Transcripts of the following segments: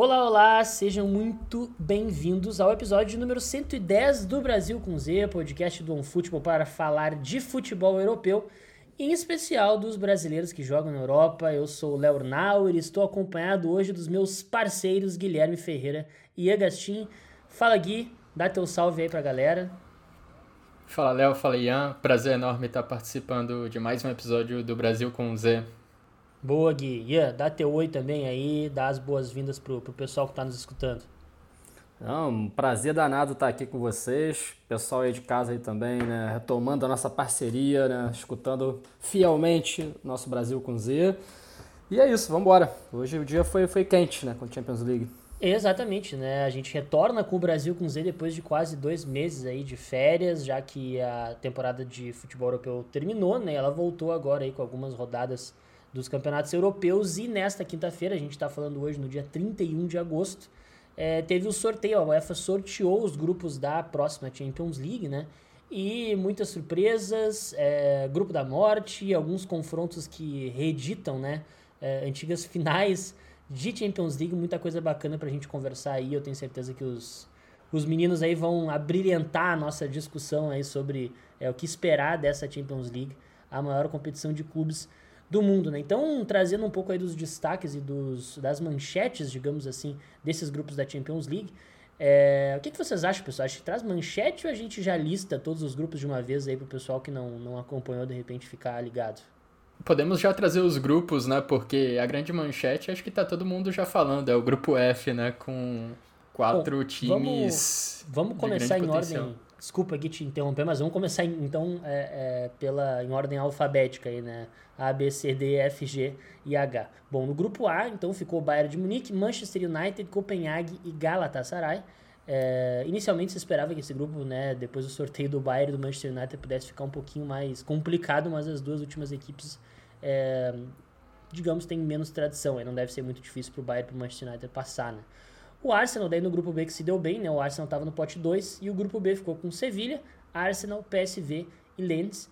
Olá, olá, sejam muito bem-vindos ao episódio número 110 do Brasil com Z, podcast do OneFootball para falar de futebol europeu, em especial dos brasileiros que jogam na Europa. Eu sou o Léo Nauer e estou acompanhado hoje dos meus parceiros Guilherme Ferreira e Agustin. Fala, Gui, dá teu salve aí pra galera. Fala, Léo, fala, Ian. Prazer enorme estar participando de mais um episódio do Brasil com Z. Boa, Gui. Ian, dá teu oi também aí, dá as boas-vindas pro pessoal que tá nos escutando. Um prazer danado estar aqui com vocês, pessoal aí de casa aí também, né, retomando a nossa parceria, né, escutando fielmente nosso Brasil com Z. E é isso, vamos embora. Hoje o dia foi quente, né, com a Champions League. Exatamente, né? A gente retorna com o Brasil com Z depois de quase 2 meses aí de férias, já que a temporada de futebol europeu terminou, né? Ela voltou agora aí com algumas rodadas dos campeonatos europeus e nesta quinta-feira, a gente está falando hoje no dia 31 de agosto, teve o sorteio, a UEFA sorteou os grupos da próxima Champions League, né? E muitas surpresas, grupo da morte, alguns confrontos que reeditam, né? Antigas finais de Champions League, muita coisa bacana pra gente conversar aí. Eu tenho certeza que os meninos aí vão abrilhantar a nossa discussão aí sobre o que esperar dessa Champions League, a maior competição de clubes do mundo, né? Então, trazendo um pouco aí dos destaques e das manchetes, digamos assim, desses grupos da Champions League, o que vocês acham, pessoal? Acho que traz manchete ou a gente já lista todos os grupos de uma vez aí pro pessoal que não acompanhou, de repente, ficar ligado? Podemos já trazer os grupos, né? Porque a grande manchete, acho que tá todo mundo já falando, é o grupo F, né? Com 4 times vamos de começar grande em potencial. ordem. Desculpa aqui te interromper, mas vamos começar então em ordem alfabética aí, né? A, B, C, D, F, G e H. Bom, no grupo A, então, ficou Bayern de Munique, Manchester United, Copenhague e Galatasaray. Inicialmente se esperava que esse grupo, né, depois do sorteio do Bayern e do Manchester United, pudesse ficar um pouquinho mais complicado, mas as duas últimas equipes, digamos, têm menos tradição. Não deve ser muito difícil para o Bayern e para o Manchester United passar, né? O Arsenal, daí no grupo B que se deu bem, né? O Arsenal estava no pote 2 e o grupo B ficou com Sevilha, Arsenal, PSV e Lens.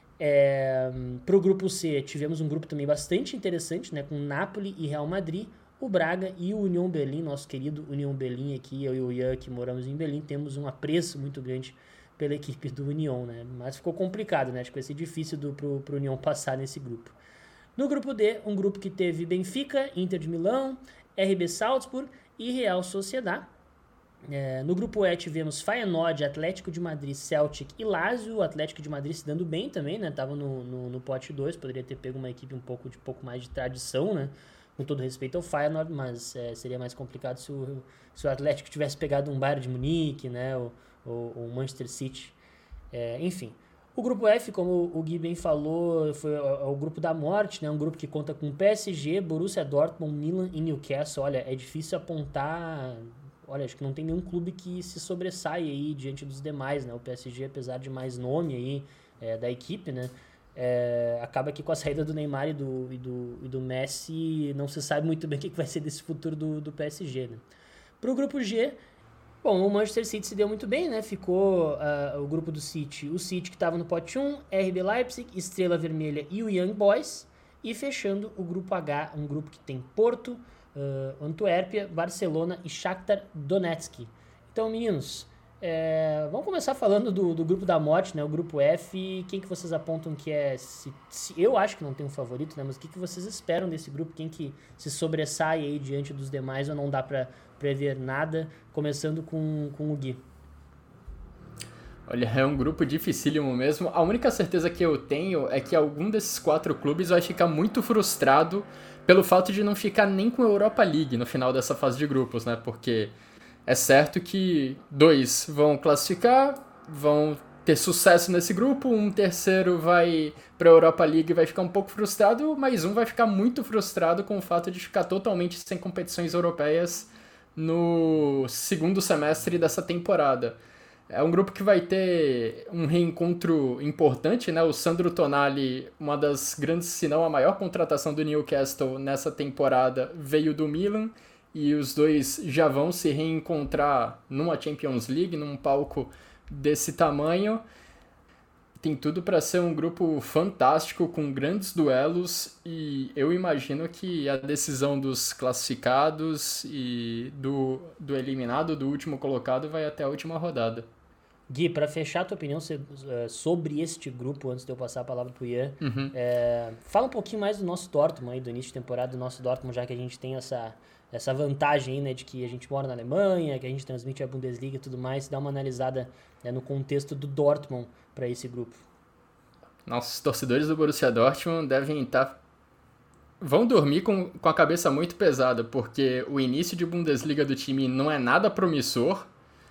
Pro grupo C tivemos um grupo também bastante interessante, né? Com Napoli e Real Madrid, o Braga e o Union Berlin, nosso querido Union Berlin aqui, eu e o Ian que moramos em Berlim, temos um apreço muito grande pela equipe do Union, né? Mas ficou complicado, né? Acho que vai ser difícil pro Union passar nesse grupo. No grupo D, um grupo que teve Benfica, Inter de Milão, RB Salzburg e Real Sociedad. No grupo E tivemos Feyenoord, Atlético de Madrid, Celtic e Lazio. O Atlético de Madrid se dando bem também, né? Tava no pote 2, poderia ter pego uma equipe um pouco mais de tradição, né? Com todo respeito ao Feyenoord, mas seria mais complicado se o Atlético tivesse pegado um Bayern de Munique, né? Ou Manchester City. Enfim. O grupo F, como o Gui bem falou, foi o grupo da morte, né? Um grupo que conta com PSG, Borussia Dortmund, Milan e Newcastle. Olha, é difícil apontar. Olha, acho que não tem nenhum clube que se sobressai aí diante dos demais, né? O PSG, apesar de mais nome aí da equipe, né? Acaba que com a saída do Neymar e do Messi, não se sabe muito bem o que vai ser desse futuro do PSG, né? Pro grupo G, bom, o Manchester City se deu muito bem, né? Ficou o grupo do City, o City que estava no pote 1, RB Leipzig, Estrela Vermelha e o Young Boys. E fechando o grupo H, um grupo que tem Porto, Antuérpia, Barcelona e Shakhtar Donetsk. Então, meninos, vamos começar falando do grupo da morte, né? O grupo F. Quem que vocês apontam que eu acho que não tem um favorito, né? Mas o que vocês esperam desse grupo? Quem que se sobressai aí diante dos demais ou não dá pra prever nada? Começando com o Gui. Olha, é um grupo dificílimo mesmo. A única certeza que eu tenho é que algum desses 4 clubes vai ficar muito frustrado pelo fato de não ficar nem com a Europa League no final dessa fase de grupos, né? Porque é certo que 2 vão classificar, vão ter sucesso nesse grupo, um terceiro vai para a Europa League e vai ficar um pouco frustrado, mas um vai ficar muito frustrado com o fato de ficar totalmente sem competições europeias no segundo semestre dessa temporada. É um grupo que vai ter um reencontro importante, né? O Sandro Tonali, uma das grandes, se não a maior contratação do Newcastle nessa temporada, veio do Milan, e os dois já vão se reencontrar numa Champions League, num palco desse tamanho. tem tudo para ser um grupo fantástico, com grandes duelos, e eu imagino que a decisão dos classificados e do eliminado, do último colocado, vai até a última rodada. Gui, para fechar a tua opinião sobre este grupo, antes de eu passar a palavra pro Ian, fala um pouquinho mais do nosso Dortmund, aí, do início de temporada do nosso Dortmund, já que a gente tem essa vantagem aí, né, de que a gente mora na Alemanha, que a gente transmite a Bundesliga e tudo mais, dá uma analisada, né, no contexto do Dortmund para esse grupo. Nossos torcedores do Borussia Dortmund vão dormir com a cabeça muito pesada, porque o início de Bundesliga do time não é nada promissor.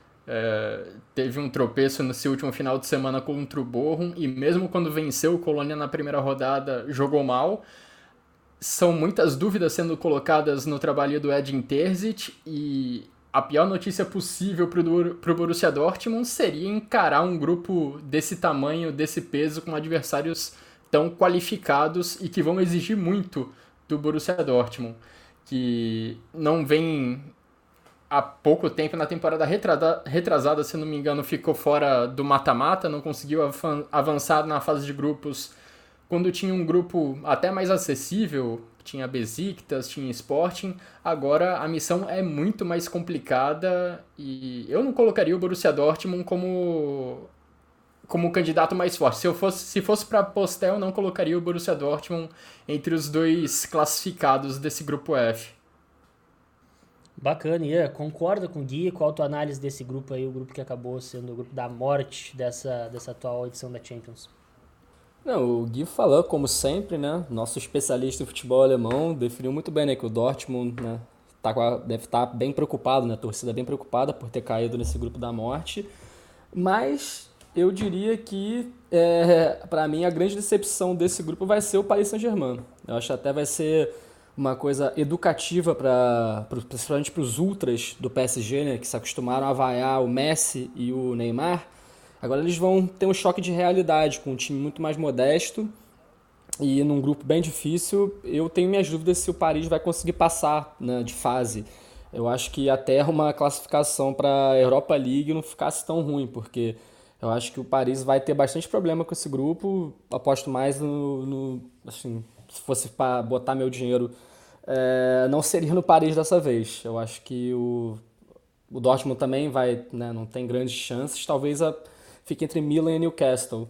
Teve um tropeço no seu último final de semana contra o Bochum, e mesmo quando venceu o Colônia na primeira rodada, jogou mal. São muitas dúvidas sendo colocadas no trabalho do Edin Terzic, e a pior notícia possível para o Borussia Dortmund seria encarar um grupo desse tamanho, desse peso, com adversários tão qualificados e que vão exigir muito do Borussia Dortmund, que não vem há pouco tempo, na temporada retrasada, se não me engano, ficou fora do mata-mata, não conseguiu avançar na fase de grupos quando tinha um grupo até mais acessível, tinha Besiktas, tinha Sporting. Agora a missão é muito mais complicada e eu não colocaria o Borussia Dortmund como o candidato mais forte. Se fosse para apostar, eu não colocaria o Borussia Dortmund entre os dois classificados desse grupo F. Bacana, Ian. Concorda com o Gui? Qual a tua análise desse grupo aí, o grupo que acabou sendo o grupo da morte dessa atual edição da Champions? Não, o Gui falou, como sempre, né? Nosso especialista em futebol alemão definiu muito bem, né? Que o Dortmund, né, deve estar bem preocupado, né? A torcida bem preocupada por ter caído nesse grupo da morte. Mas eu diria que, para mim, a grande decepção desse grupo vai ser o Paris Saint-Germain. Eu acho que até vai ser uma coisa educativa, principalmente para os ultras do PSG, né? Que se acostumaram a vaiar o Messi e o Neymar. Agora eles vão ter um choque de realidade com um time muito mais modesto e num grupo bem difícil. Eu tenho minhas dúvidas se o Paris vai conseguir passar, né, de fase. Eu acho que até uma classificação para a Europa League não ficasse tão ruim, porque eu acho que o Paris vai ter bastante problema com esse grupo. Aposto mais assim, se fosse para botar meu dinheiro, não seria no Paris dessa vez. Eu acho que o Dortmund também vai, né, não tem grandes chances. Talvez fique entre Milan e Newcastle.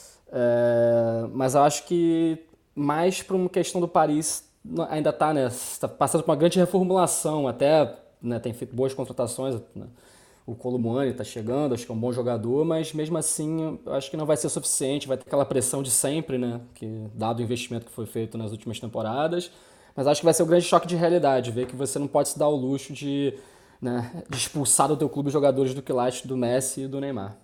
Mas eu acho que mais por uma questão do Paris, ainda está, né, tá passando por uma grande reformulação, até, né, tem feito boas contratações, né? O Kolo Muani está chegando, acho que é um bom jogador, mas mesmo assim eu acho que não vai ser suficiente, vai ter aquela pressão de sempre, né, que, dado o investimento que foi feito nas últimas temporadas, mas acho que vai ser um grande choque de realidade, ver que você não pode se dar o luxo de, né, de expulsar do teu clube jogadores do quilate do Messi e do Neymar.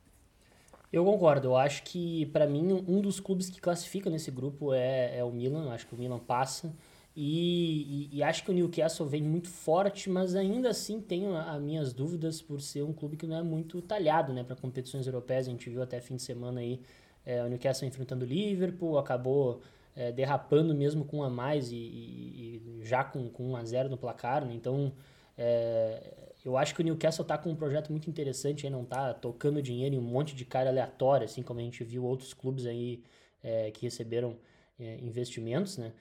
Eu concordo, eu acho que para mim um dos clubes que classifica nesse grupo é o Milan, acho que o Milan passa e acho que o Newcastle vem muito forte, mas ainda assim tenho as minhas dúvidas por ser um clube que não é muito talhado, né, para competições europeias. A gente viu até fim de semana aí o Newcastle enfrentando o Liverpool, acabou derrapando mesmo com um a mais e já com 1-0 no placar, né? Então eu acho que o Newcastle tá com um projeto muito interessante, aí não tá tocando dinheiro em um monte de cara aleatório, assim como a gente viu outros clubes aí que receberam investimentos, né?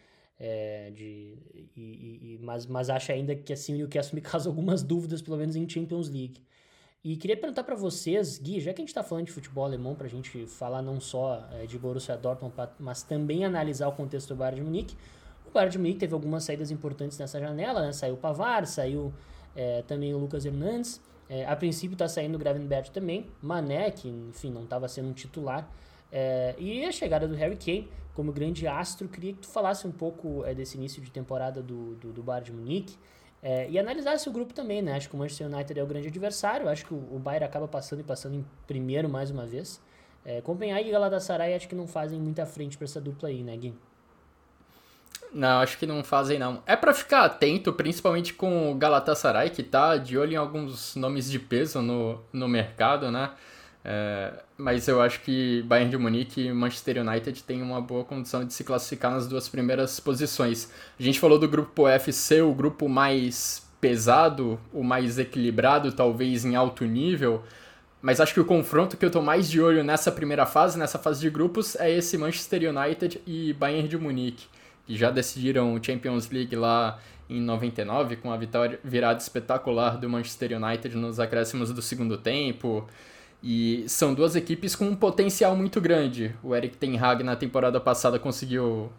Mas acho ainda que assim, o Newcastle me causa algumas dúvidas, pelo menos em Champions League. E queria perguntar para vocês, Gui, já que a gente tá falando de futebol alemão, pra gente falar não só de Borussia Dortmund, mas também analisar o contexto do Bayern de Munique. O Bayern de Munique teve algumas saídas importantes nessa janela, né? Saiu o Pavard, saiu também o Lucas Hernandes. A princípio está saindo o Gravenberch também. Mané, que enfim não estava sendo um titular. E a chegada do Harry Kane como grande astro. Queria que tu falasse um pouco desse início de temporada do Bayern de Munique. E analisasse o grupo também, né? Acho que o Manchester United é o grande adversário. Acho que o Bayern acaba passando em primeiro mais uma vez. Copenhague e Galatasaray acho que não fazem muita frente para essa dupla aí, né, Gui? Não, acho que não fazem não. É pra ficar atento, principalmente com o Galatasaray, que tá de olho em alguns nomes de peso no mercado, né? Mas eu acho que Bayern de Munique e Manchester United têm uma boa condição de se classificar nas duas primeiras posições. A gente falou do grupo F ser o grupo mais pesado, o mais equilibrado, talvez em alto nível, Mas acho que o confronto que eu tô mais de olho nessa fase de grupos, é esse Manchester United e Bayern de Munique, que já decidiram o Champions League lá em 99, com a virada espetacular do Manchester United nos acréscimos do segundo tempo. E são duas equipes com um potencial muito grande. O Erik ten Hag na temporada passada conseguiu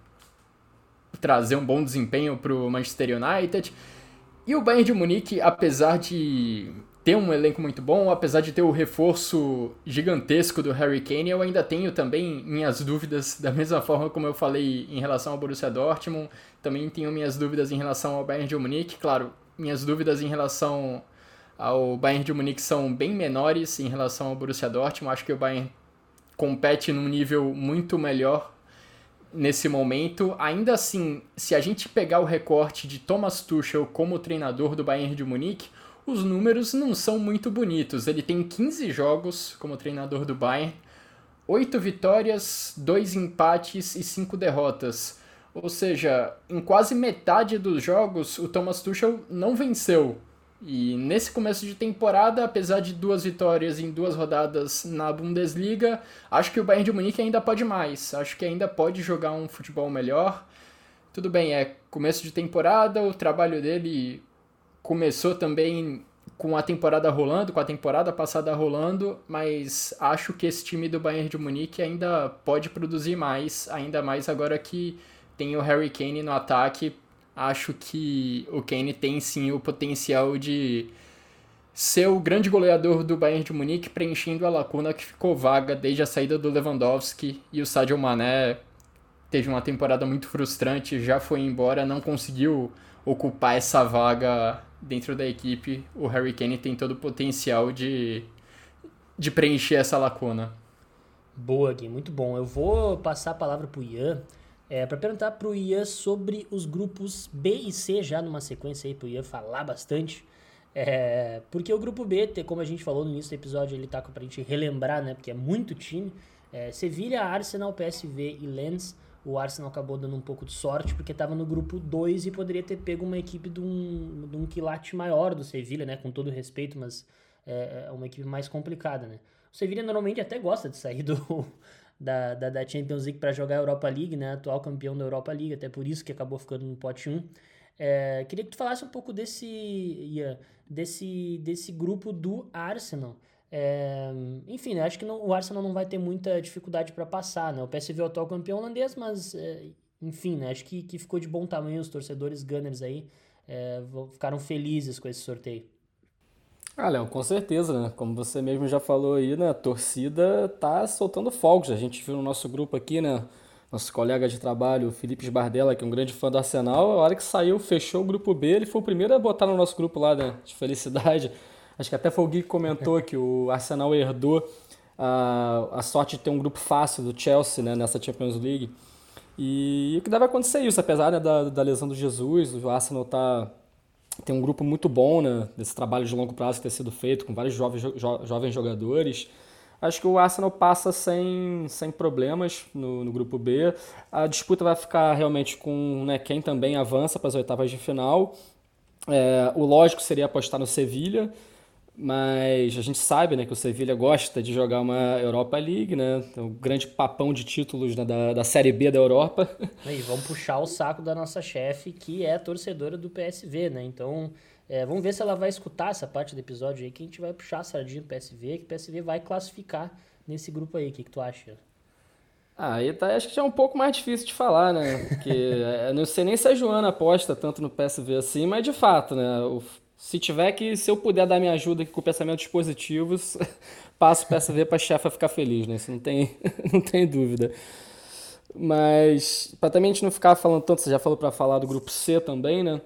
trazer um bom desempenho para o Manchester United. E o Bayern de Munique, apesar de ter um elenco muito bom, apesar de ter o reforço gigantesco do Harry Kane, eu ainda tenho também minhas dúvidas, da mesma forma como eu falei em relação ao Borussia Dortmund, também tenho minhas dúvidas em relação ao Bayern de Munique. Claro, minhas dúvidas em relação ao Bayern de Munique são bem menores em relação ao Borussia Dortmund. Acho que o Bayern compete num nível muito melhor nesse momento. Ainda assim, se a gente pegar o recorte de Thomas Tuchel como treinador do Bayern de Munique, os números não são muito bonitos. Ele tem 15 jogos como treinador do Bayern, 8 vitórias, 2 empates e 5 derrotas. Ou seja, em quase metade dos jogos, o Thomas Tuchel não venceu. E nesse começo de temporada, apesar de 2 vitórias em 2 rodadas na Bundesliga, acho que o Bayern de Munique ainda pode mais. Acho que ainda pode jogar um futebol melhor. Tudo bem, é começo de temporada, o trabalho dele começou também com a temporada rolando, com a temporada passada rolando, mas acho que esse time do Bayern de Munique ainda pode produzir mais, ainda mais agora que tem o Harry Kane no ataque. Acho que o Kane tem sim o potencial de ser o grande goleador do Bayern de Munique, preenchendo a lacuna que ficou vaga desde a saída do Lewandowski, e o Sadio Mané teve uma temporada muito frustrante, já foi embora, não conseguiu ocupar essa vaga dentro da equipe. O Harry Kane tem todo o potencial de preencher essa lacuna. Boa, Gui, muito bom. Eu vou passar a palavra pro Ian, para perguntar pro Ian sobre os grupos B e C, já numa sequência aí pro Ian falar bastante. Porque o grupo B, como a gente falou no início do episódio, ele tá pra gente relembrar, né? Porque é muito time. Sevilha, Arsenal, PSV e Lens. O Arsenal acabou dando um pouco de sorte porque estava no grupo 2 e poderia ter pego uma equipe de um quilate maior do Sevilha, né? Com todo respeito, mas é uma equipe mais complicada, né? O Sevilha normalmente até gosta de sair da Champions League para jogar a Europa League, né? Atual campeão da Europa League, até por isso que acabou ficando no pote 1. Queria que tu falasse um pouco desse grupo do Arsenal. Enfim, né, acho que o Arsenal não vai ter muita dificuldade para passar, né? O PSV é o atual campeão holandês, mas enfim, né, acho que ficou de bom tamanho. Os torcedores Gunners aí ficaram felizes com esse sorteio. Léo, com certeza, né? Como você mesmo já falou aí, né? A torcida tá soltando fogos. A gente viu no nosso grupo aqui, né? Nosso colega de trabalho, o Felipe Sbardella, que é um grande fã do Arsenal, a hora que saiu, fechou o grupo B, ele foi o primeiro a botar no nosso grupo lá, né? De felicidade. Acho que até foi o Gui que comentou que o Arsenal herdou a sorte de ter um grupo fácil do Chelsea, né, nessa Champions League. E o que deve acontecer isso, apesar, né, da lesão do Jesus, o Arsenal tem um grupo muito bom, né, desse trabalho de longo prazo que tem sido feito, com vários jovens jogadores. Acho que o Arsenal passa sem problemas no grupo B. A disputa vai ficar realmente com, né, quem também avança para as oitavas de final. O lógico seria apostar no Sevilha, mas a gente sabe, né, que o Sevilha gosta de jogar uma Europa League, né? O grande papão de títulos, né, da Série B da Europa. E vamos puxar o saco da nossa chefe, que é torcedora do PSV, né? Então, vamos ver se ela vai escutar essa parte do episódio aí, que a gente vai puxar a sardinha do PSV, que o PSV vai classificar nesse grupo aí. O que tu acha? Aí acho que já é um pouco mais difícil de falar, né? Porque eu não sei nem se a Joana aposta tanto no PSV assim, mas de fato, né? Se eu puder dar minha ajuda aqui com pensamentos positivos, passo o PSV para a chefa ficar feliz, né? Isso não tem dúvida. Mas, para também a gente não ficar falando tanto, você já falou para falar do grupo C também, né?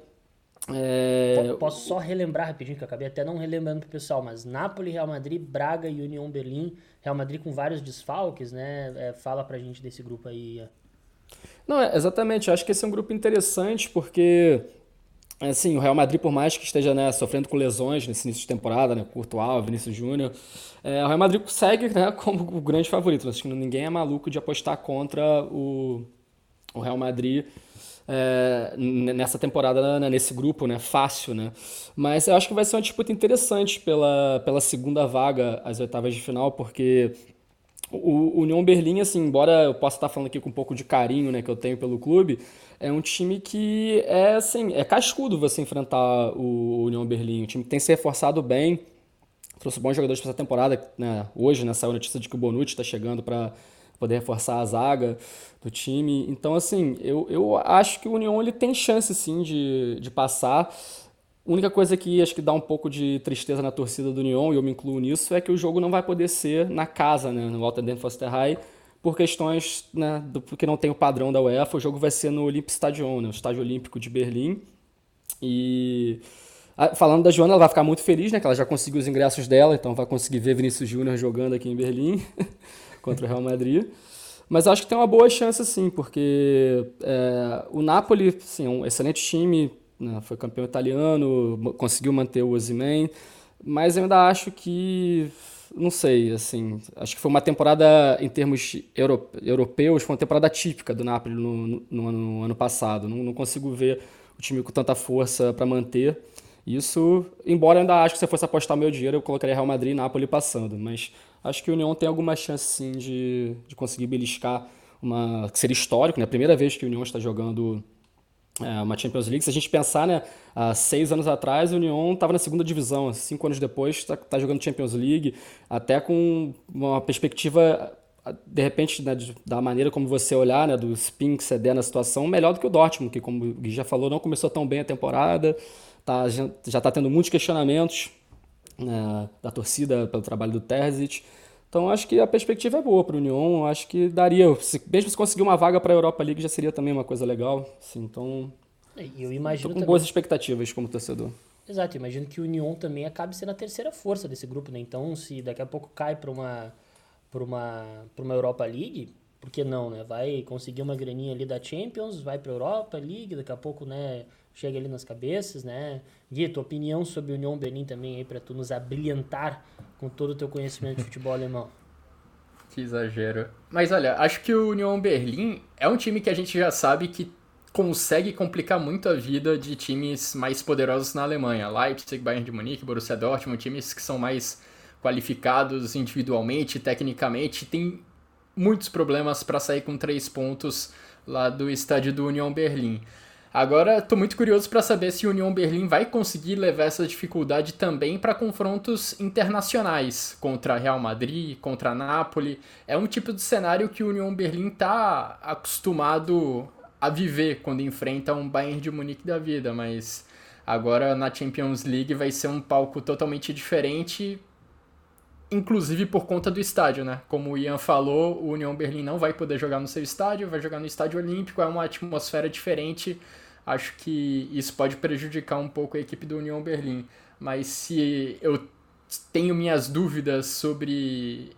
Posso só relembrar rapidinho, que eu acabei até não relembrando pro pessoal, mas Napoli, Real Madrid, Braga e Union Berlim. Real Madrid com vários desfalques, né? Fala pra gente desse grupo aí. Não, exatamente. Eu acho que esse é um grupo interessante porque, assim, o Real Madrid, por mais que esteja, né, sofrendo com lesões nesse início de temporada, né, Courtois, Vinícius Júnior, o Real Madrid segue, né, como o grande favorito. Acho que ninguém é maluco de apostar contra o o Real Madrid nessa temporada, né, nesse grupo, né, fácil, né? Mas eu acho que vai ser uma disputa interessante pela segunda vaga às oitavas de final, porque o Union Berlin, assim, embora eu possa estar falando aqui com um pouco de carinho, né, que eu tenho pelo clube, é um time que assim, é cascudo você enfrentar o Union Berlin. O time tem se reforçado bem, trouxe bons jogadores para essa temporada, né? Hoje, né, saiu a notícia de que o Bonucci está chegando para poder reforçar a zaga do time. Então, assim, eu acho que o Union ele tem chance, sim, de passar. A única coisa que acho que dá um pouco de tristeza na torcida do Union, e eu me incluo nisso, é que o jogo não vai poder ser na casa, né, no Walter Fosterheim, por questões, né, porque não tem o padrão da UEFA. O jogo vai ser no Olympiastadion, né, o Estádio Olímpico de Berlim. E falando da Joana, ela vai ficar muito feliz, né, que ela já conseguiu os ingressos dela, então vai conseguir ver Vinícius Júnior jogando aqui em Berlim contra o Real Madrid. Mas eu acho que tem uma boa chance, sim, porque o Napoli, sim, é um excelente time, né, foi campeão italiano, conseguiu manter o Osimhen, mas eu ainda acho que, não sei, assim, acho que foi uma temporada, em termos europeus, foi uma temporada típica do Napoli no ano passado. Não consigo ver o time com tanta força para manter isso, embora eu ainda acho que se eu fosse apostar meu dinheiro, eu colocaria Real Madrid e Napoli passando, mas acho que o Union tem alguma chance, sim, de conseguir beliscar que seria histórico, né? A primeira vez que o Union está jogando uma Champions League. Se a gente pensar, né, há 6 anos atrás, o Union estava na segunda divisão. 5 anos depois, está jogando Champions League, até com uma perspectiva, de repente, né, da maneira como você olhar, né, do spin que você der na situação, melhor do que o Dortmund, que, como o Gui já falou, não começou tão bem a temporada, já está tendo muitos questionamentos, né, da torcida pelo trabalho do Terzic. Então acho que a perspectiva é boa para o Union, acho que daria, mesmo se conseguir uma vaga para a Europa League já seria também uma coisa legal, assim, então Eu imagino estou com também, boas expectativas como torcedor. exato, eu imagino que o Union também acabe sendo a terceira força desse grupo, né? Então, se daqui a pouco cai para uma Europa League, por que não, né? Vai conseguir uma graninha ali da Champions, vai para a Europa League, daqui a pouco, né, chega ali nas cabeças, né? Gui, tua opinião sobre o Union Berlin também aí, para tu nos abrilhantar com todo o teu conhecimento de futebol alemão. Que exagero. Mas olha, acho que o Union Berlin é um time que a gente já sabe que consegue complicar muito a vida de times mais poderosos na Alemanha. Leipzig, Bayern de Munique, Borussia Dortmund, times que são mais qualificados individualmente, tecnicamente, tem muitos problemas para sair com 3 pontos lá do estádio do Union Berlin. Agora, estou muito curioso para saber se o Union Berlin vai conseguir levar essa dificuldade também para confrontos internacionais, contra Real Madrid, contra Napoli. É um tipo de cenário que o Union Berlin está acostumado a viver quando enfrenta um Bayern de Munique da vida, mas agora na Champions League vai ser um palco totalmente diferente, inclusive por conta do estádio, né? Como o Ian falou, o Union Berlin não vai poder jogar no seu estádio, vai jogar no Estádio Olímpico, é uma atmosfera diferente. Acho que isso pode prejudicar um pouco a equipe do Union Berlin. Mas se eu tenho minhas dúvidas sobre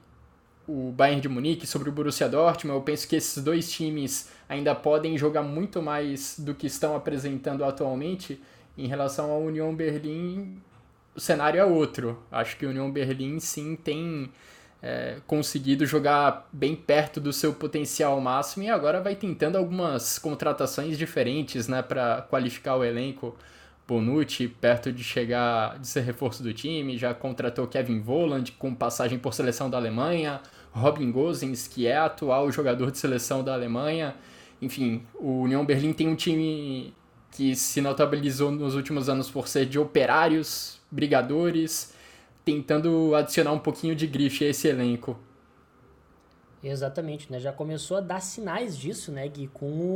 o Bayern de Munique, sobre o Borussia Dortmund, eu penso que esses dois times ainda podem jogar muito mais do que estão apresentando atualmente. Em relação ao Union Berlin, o cenário é outro. Acho que o Union Berlin sim tem conseguido jogar bem perto do seu potencial máximo e agora vai tentando algumas contratações diferentes, né, para qualificar o elenco. Bonucci, perto de chegar, de ser reforço do time, já contratou Kevin Volland, com passagem por seleção da Alemanha, Robin Gosens, que é atual jogador de seleção da Alemanha. Enfim, o Union Berlin tem um time que se notabilizou nos últimos anos por ser de operários, brigadores, tentando adicionar um pouquinho de grife a esse elenco. Exatamente, né? Já começou a dar sinais disso, né, Gui,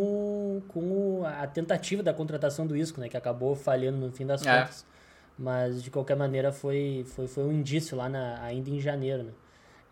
com a tentativa da contratação do Isco, né, que acabou falhando no fim das contas. Mas, de qualquer maneira, foi um indício lá ainda em janeiro, né?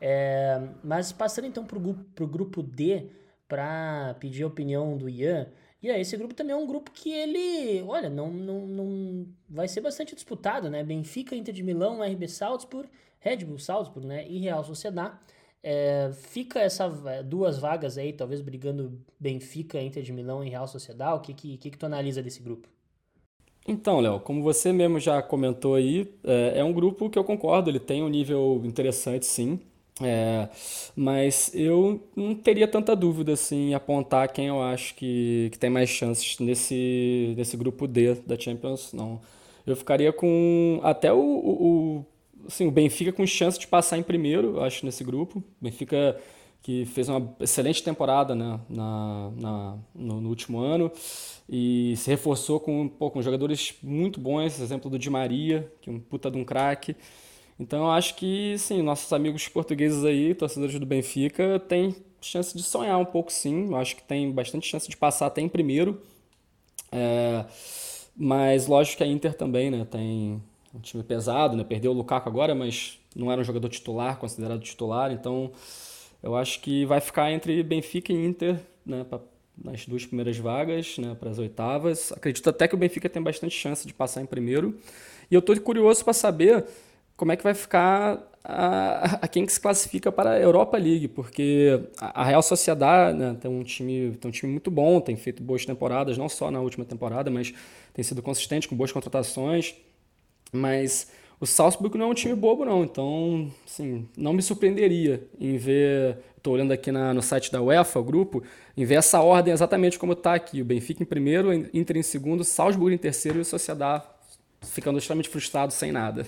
Mas passando então pro grupo D, para pedir a opinião do Ian. E esse grupo também é um grupo que ele, olha, não vai ser bastante disputado, né? Benfica, Inter de Milão, RB Salzburg, Red Bull Salzburg, né? E Real Sociedad. Fica essas 2 vagas aí, talvez brigando Benfica, Inter de Milão e Real Sociedad. O que tu analisa desse grupo? Então, Léo, como você mesmo já comentou aí, é um grupo que eu concordo, ele tem um nível interessante, sim. É, mas eu não teria tanta dúvida assim, em apontar quem eu acho que tem mais chances nesse grupo D da Champions, não. Eu ficaria com até assim, o Benfica com chance de passar em primeiro, eu acho, nesse grupo. O Benfica que fez uma excelente temporada, né, no último ano e se reforçou com jogadores muito bons, exemplo do Di Maria, que é um puta de um craque. Então eu acho que, sim, nossos amigos portugueses aí, torcedores do Benfica, têm chance de sonhar um pouco, sim. Eu acho que tem bastante chance de passar até em primeiro. É, mas lógico que a Inter também, né, tem um time pesado, né? Perdeu o Lukaku agora, mas não era um jogador titular, considerado titular. Então eu acho que vai ficar entre Benfica e Inter, né, nas duas primeiras vagas, né, para as oitavas. Acredito até que o Benfica tem bastante chance de passar em primeiro. E eu estou curioso para saber como é que vai ficar a quem que se classifica para a Europa League, porque a Real Sociedad, né, tem um time muito bom, tem feito boas temporadas, não só na última temporada, mas tem sido consistente com boas contratações, mas o Salzburg não é um time bobo não, então assim, não me surpreenderia em ver, estou olhando aqui no site da UEFA, o grupo, em ver essa ordem exatamente como está aqui, o Benfica em primeiro, Inter em segundo, Salzburg em terceiro e o Sociedad ficando extremamente frustrado sem nada.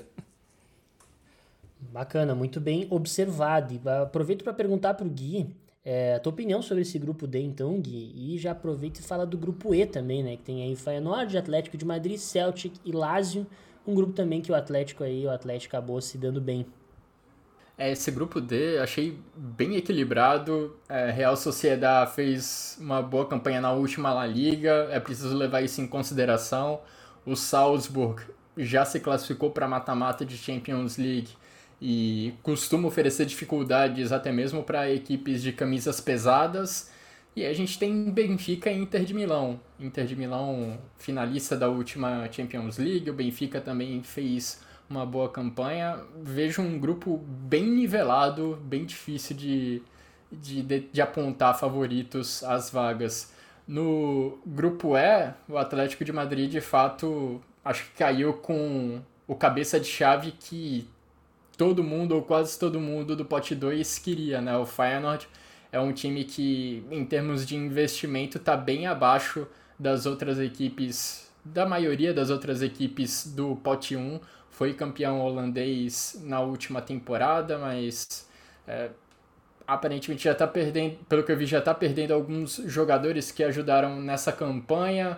Bacana, muito bem observado. E aproveito para perguntar para o Gui a tua opinião sobre esse grupo D, então, Gui, e já aproveito e fala do grupo E também, né? Que tem aí Feyenoord, Atlético de Madrid, Celtic e Lazio. Um grupo também que o Atlético acabou se dando bem. Esse grupo D achei bem equilibrado. Real Sociedad fez uma boa campanha na última La Liga, é preciso levar isso em consideração. O Salzburg já se classificou para mata-mata de Champions League e costuma oferecer dificuldades até mesmo para equipes de camisas pesadas. E a gente tem Benfica e Inter de Milão. Inter de Milão, finalista da última Champions League, o Benfica também fez uma boa campanha. Vejo um grupo bem nivelado, bem difícil de apontar favoritos às vagas. No grupo E, o Atlético de Madrid, de fato, acho que caiu com o cabeça de chave que todo mundo, ou quase todo mundo do pote 2 queria, né? O Feyenoord é um time que, em termos de investimento, está bem abaixo das outras equipes, da maioria das outras equipes do pote 1. Foi campeão holandês na última temporada, mas aparentemente já está perdendo, pelo que eu vi, já está perdendo alguns jogadores que ajudaram nessa campanha.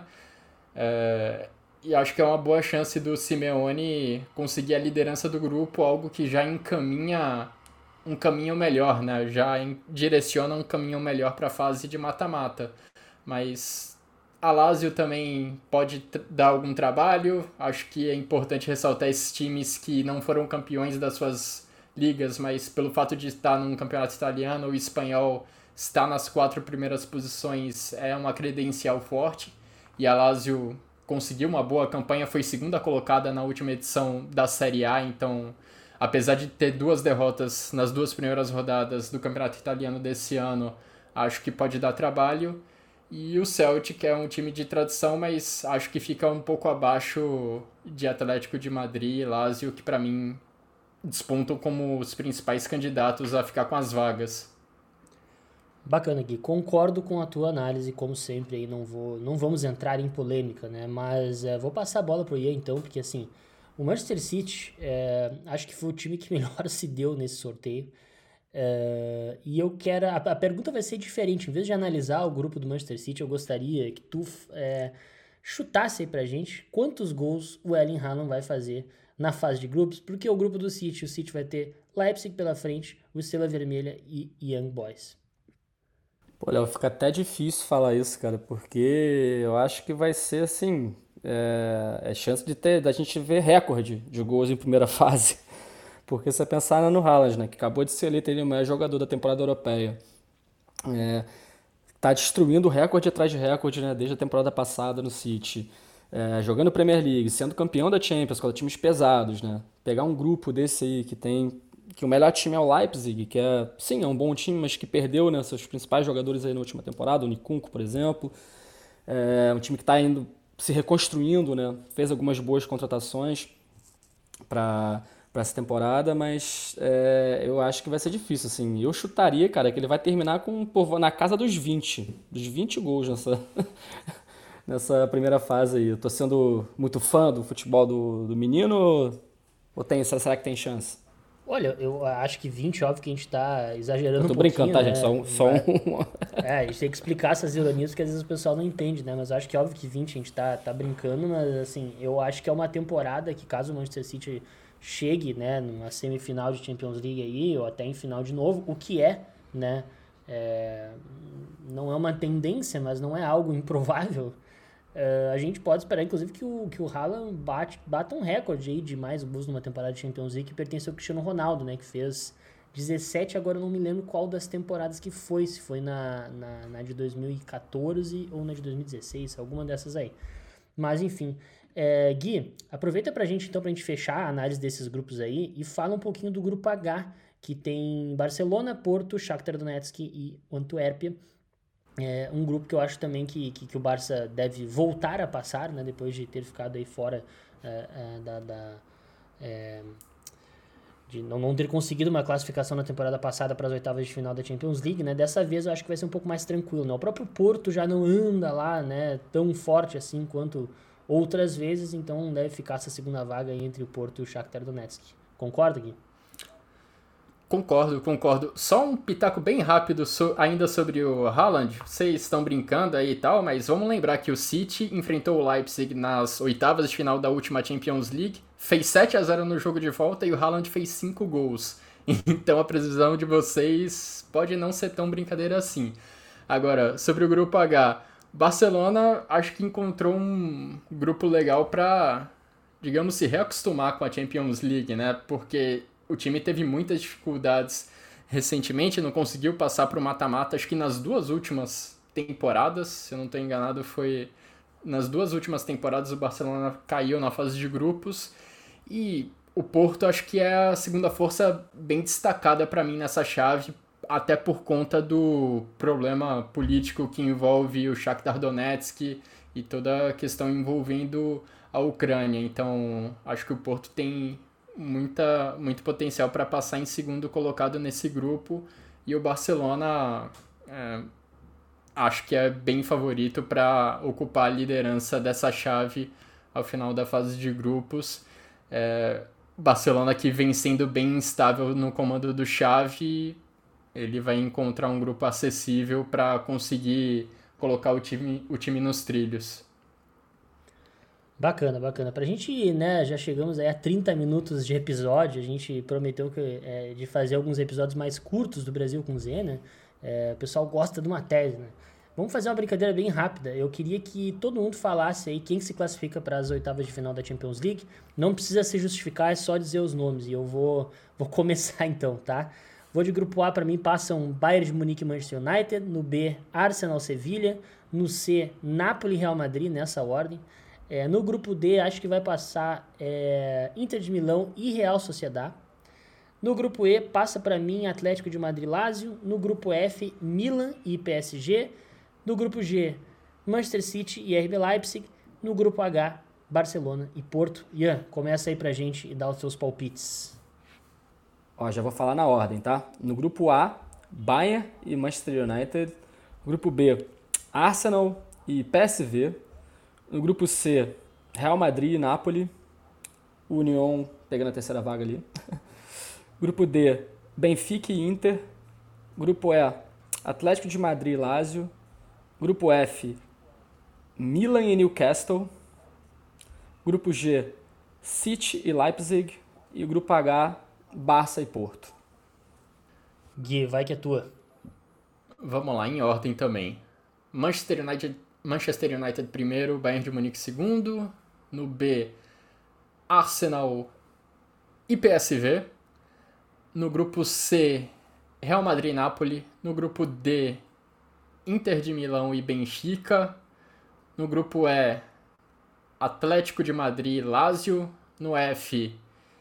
E acho que é uma boa chance do Simeone conseguir a liderança do grupo, algo que já encaminha um caminho melhor, né? Já direciona um caminho melhor para a fase de mata-mata. Mas a Lazio também pode dar algum trabalho. Acho que é importante ressaltar esses times que não foram campeões das suas ligas, mas pelo fato de estar num campeonato italiano ou espanhol, estar nas 4 primeiras posições é uma credencial forte. E a Lazio conseguiu uma boa campanha, foi segunda colocada na última edição da Série A, então, apesar de ter 2 derrotas nas 2 primeiras rodadas do campeonato italiano desse ano, acho que pode dar trabalho. E o Celtic é um time de tradição, mas acho que fica um pouco abaixo de Atlético de Madrid e Lazio, que para mim despontam como os principais candidatos a ficar com as vagas. Bacana, Gui. Concordo com a tua análise, como sempre, aí não vamos entrar em polêmica, né? Mas vou passar a bola pro Ian, então, porque assim, o Manchester City, acho que foi o time que melhor se deu nesse sorteio. E eu quero. A pergunta vai ser diferente. Em vez de analisar o grupo do Manchester City, eu gostaria que tu chutasse aí pra gente quantos gols o Erling Haaland vai fazer na fase de grupos, porque o grupo do City, o City vai ter Leipzig pela frente, o Estrela Vermelha e Young Boys. Pô, Léo, fica até difícil falar isso, cara, porque eu acho que vai ser assim, chance da gente ver recorde de gols em primeira fase. Porque você pensar no Haaland, né, que acabou de ser eleito o maior jogador da temporada europeia, tá destruindo recorde atrás de recorde, né, desde a temporada passada no City, jogando Premier League, sendo campeão da Champions contra times pesados, né, pegar um grupo desse aí que o melhor time é o Leipzig, que sim, é um bom time, mas que perdeu, né, seus principais jogadores aí na última temporada, o Nkunku, por exemplo. Um time que está se reconstruindo, né, fez algumas boas contratações para para essa temporada, mas eu acho que vai ser difícil, assim. Eu chutaria, cara, que ele vai terminar na casa dos 20 gols nessa primeira fase aí. Eu tô sendo muito fã do futebol do menino será que tem chance? Olha, eu acho que 20, óbvio que a gente tá exagerando Eu tô um brincando, pouquinho, tá, né? gente? Só um... A gente tem que explicar essas ironias porque às vezes o pessoal não entende, né? Mas eu acho que óbvio que 20 a gente tá brincando, mas assim, eu acho que é uma temporada que caso o Manchester City chegue, né, numa semifinal de Champions League aí, ou até em final de novo, o que né? Não é uma tendência, mas não é algo improvável. A gente pode esperar, inclusive, que o Haaland bata um recorde aí de mais gols numa temporada de Champions League que pertence ao Cristiano Ronaldo, né? Que fez 17, agora eu não me lembro qual das temporadas que foi, se foi na de 2014 ou na de 2016, alguma dessas aí. Mas, enfim. Gui, aproveita pra gente, então, pra gente fechar a análise desses grupos aí e fala um pouquinho do grupo H, que tem Barcelona, Porto, Shakhtar Donetsk e Antuérpia. Um grupo que eu acho também que o Barça deve voltar a passar, né, depois de ter ficado aí fora de não ter conseguido uma classificação na temporada passada para as oitavas de final da Champions League, né? Dessa vez eu acho que vai ser um pouco mais tranquilo, né? O próprio Porto já não anda lá, né, tão forte assim quanto outras vezes, então deve ficar essa segunda vaga aí entre o Porto e o Shakhtar Donetsk. Concorda, Gui? Concordo. Só um pitaco bem rápido ainda sobre o Haaland. Vocês estão brincando aí e tal, mas vamos lembrar que o City enfrentou o Leipzig nas oitavas de final da última Champions League, fez 7-0 no jogo de volta e o Haaland fez 5 gols. Então a previsão de vocês pode não ser tão brincadeira assim. Agora, sobre o grupo H, Barcelona acho que encontrou um grupo legal para, digamos, se reacostumar com a Champions League, né? Porque o time teve muitas dificuldades recentemente, não conseguiu passar para o mata-mata, acho que nas duas últimas temporadas, se eu não estou enganado, foi nas duas últimas temporadas o Barcelona caiu na fase de grupos, e o Porto acho que é a segunda força bem destacada para mim nessa chave, até por conta do problema político que envolve o Shakhtar Donetsk e toda a questão envolvendo a Ucrânia. Então acho que o Porto tem muito potencial para passar em segundo colocado nesse grupo, e o Barcelona acho que é bem favorito para ocupar a liderança dessa chave ao final da fase de grupos. Barcelona que vem sendo bem instável no comando do Xavi, ele vai encontrar um grupo acessível para conseguir colocar o time nos trilhos. Bacana. Pra gente, né, já chegamos aí a 30 minutos de episódio, a gente prometeu de fazer alguns episódios mais curtos do Brasil com Z, né? O pessoal gosta de uma tese, né? Vamos fazer uma brincadeira bem rápida. Eu queria que todo mundo falasse aí quem se classifica para as oitavas de final da Champions League. Não precisa se justificar, é só dizer os nomes. E eu vou começar então, tá? Vou de grupo A, para mim passam Bayern de Munique e Manchester United. No B, Arsenal, Sevilha. No C, Napoli e Real Madrid, nessa ordem. No grupo D, acho que vai passar Inter de Milão e Real Sociedad. No grupo E, passa para mim Atlético de Madrid e Lazio. No grupo F, Milan e PSG. No grupo G, Manchester City e RB Leipzig. No grupo H, Barcelona e Porto. Ian, começa aí pra gente e dá os seus palpites. Já vou falar na ordem, tá? No grupo A, Bayern e Manchester United. Grupo B, Arsenal e PSV. No grupo C, Real Madrid e Napoli. União pegando a terceira vaga ali. Grupo D, Benfica e Inter. Grupo E, Atlético de Madrid e Lazio. Grupo F, Milan e Newcastle. Grupo G, City e Leipzig. E o grupo H, Barça e Porto. Gui, vai que é tua. Vamos lá, em ordem também. Manchester United primeiro, Bayern de Munique segundo. No B, Arsenal e PSV. No grupo C, Real Madrid e Napoli. No grupo D, Inter de Milão e Benfica. No grupo E, Atlético de Madrid e Lazio. No F,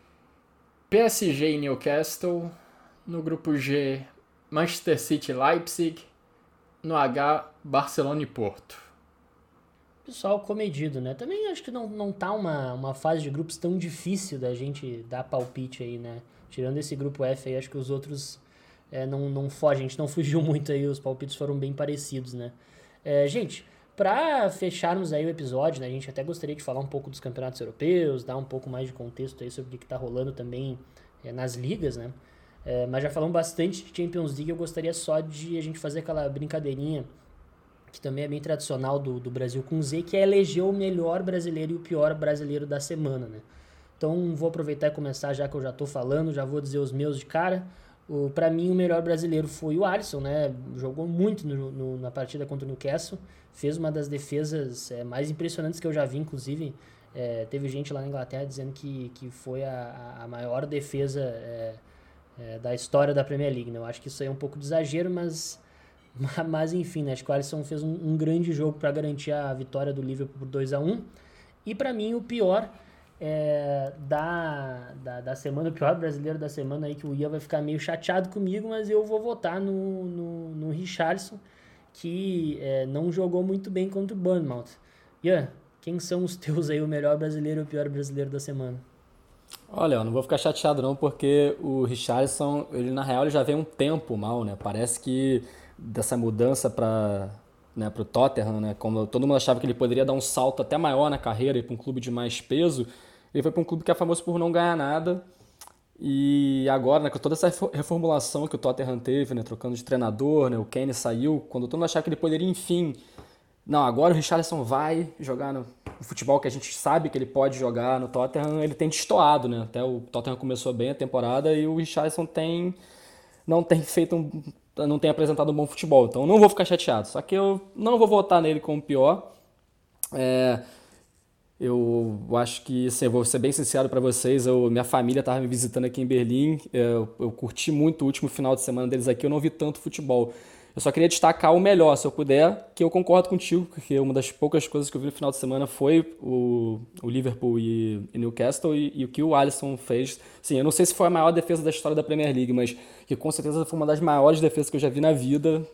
PSG e Newcastle. No grupo G, Manchester City e Leipzig. No H, Barcelona e Porto. Pessoal comedido, né? Também acho que não tá uma fase de grupos tão difícil da gente dar palpite aí, né? Tirando esse grupo F aí, acho que os outros não fogem, a gente não fugiu muito aí, os palpites foram bem parecidos, né? Gente, para fecharmos aí o episódio, né? A gente até gostaria de falar um pouco dos campeonatos europeus, dar um pouco mais de contexto aí sobre o que tá rolando também nas ligas, né? Mas já falamos bastante de Champions League, eu gostaria só de a gente fazer aquela brincadeirinha que também é bem tradicional do Brasil com Z, que é eleger o melhor brasileiro e o pior brasileiro da semana, né? Então vou aproveitar e começar, já que eu já tô falando, já vou dizer os meus de cara. Para mim o melhor brasileiro foi o Alisson, né? Jogou muito na partida contra o Newcastle, fez uma das defesas mais impressionantes que eu já vi, inclusive teve gente lá na Inglaterra dizendo que foi a maior defesa da história da Premier League, né? Eu acho que isso aí é um pouco de exagero, mas enfim, né? Acho que o Alisson fez um grande jogo para garantir a vitória do Liverpool por 2-1. E para mim o pior da semana, o pior brasileiro da semana aí, que o Ian vai ficar meio chateado comigo, mas eu vou votar no Richarlison, que não jogou muito bem contra o Bournemouth. Ian, quem são os teus aí, o melhor brasileiro e o pior brasileiro da semana? Olha, eu não vou ficar chateado não, porque o Richarlison, ele na real ele já vem um tempo mal, né? Parece que dessa mudança para o Tottenham, né? Como todo mundo achava que ele poderia dar um salto até maior na carreira e para um clube de mais peso, ele foi para um clube que é famoso por não ganhar nada. E agora, né, com toda essa reformulação que o Tottenham teve, né, trocando de treinador, né, o Kane saiu, quando todo mundo achava que ele poderia, enfim, não, agora o Richarlison vai jogar no futebol que a gente sabe que ele pode jogar no Tottenham, ele tem destoado, né? Até o Tottenham começou bem a temporada e o Richarlison não tem apresentado um bom futebol, então não vou ficar chateado. Só que eu não vou votar nele como pior. Eu acho que, assim, eu vou ser bem sincero para vocês, minha família estava me visitando aqui em Berlim, eu curti muito o último final de semana deles aqui, eu não vi tanto futebol. Eu só queria destacar o melhor, se eu puder, que eu concordo contigo, porque uma das poucas coisas que eu vi no final de semana foi o Liverpool e Newcastle e o que o Alisson fez. Sim, eu não sei se foi a maior defesa da história da Premier League, mas que com certeza foi uma das maiores defesas que eu já vi na vida,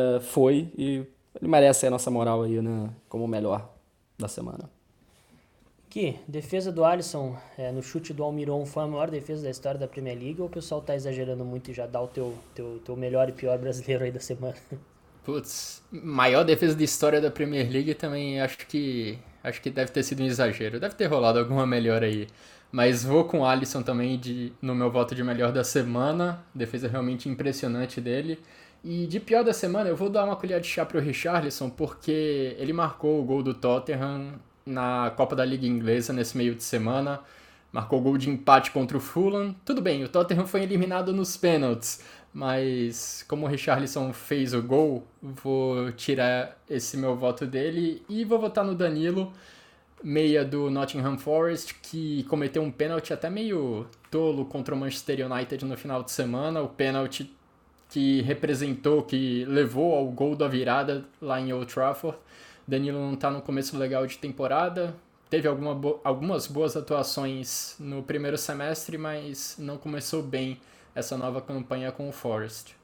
e ele merece a nossa moral aí, né, como o melhor da semana. Que defesa do Alisson no chute do Almiron foi a maior defesa da história da Premier League, ou o pessoal tá exagerando muito e já dá o teu melhor e pior brasileiro aí da semana? Putz, maior defesa de história da Premier League também acho que deve ter sido um exagero. Deve ter rolado alguma melhor aí. Mas vou com o Alisson também no meu voto de melhor da semana. Defesa realmente impressionante dele. E de pior da semana eu vou dar uma colher de chá pro Richarlison, porque ele marcou o gol do Tottenham na Copa da Liga Inglesa nesse meio de semana. Marcou gol de empate contra o Fulham. Tudo bem, o Tottenham foi eliminado nos pênaltis, mas como o Richarlison fez o gol, vou tirar esse meu voto dele e vou votar no Danilo, meia do Nottingham Forest, que cometeu um pênalti até meio tolo contra o Manchester United no final de semana. O pênalti que representou, que levou ao gol da virada lá em Old Trafford. Danilo não está no começo legal de temporada, teve algumas boas atuações no primeiro semestre, mas não começou bem essa nova campanha com o Forest.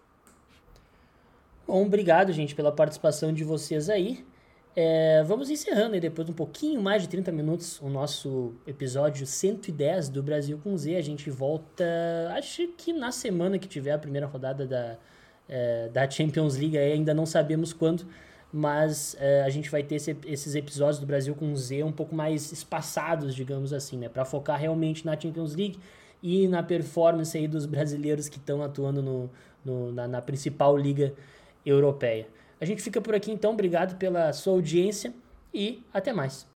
Bom, obrigado, gente, pela participação de vocês aí. Vamos encerrando aí, depois de um pouquinho mais de 30 minutos, o nosso episódio 110 do Brasil com Z. A gente volta, acho que na semana que tiver a primeira rodada da Champions League, aí ainda não sabemos quando, mas a gente vai ter esses episódios do Brasil com Z um pouco mais espaçados, digamos assim, né, para focar realmente na Champions League e na performance aí dos brasileiros que estão atuando na principal liga europeia. A gente fica por aqui então, obrigado pela sua audiência e até mais.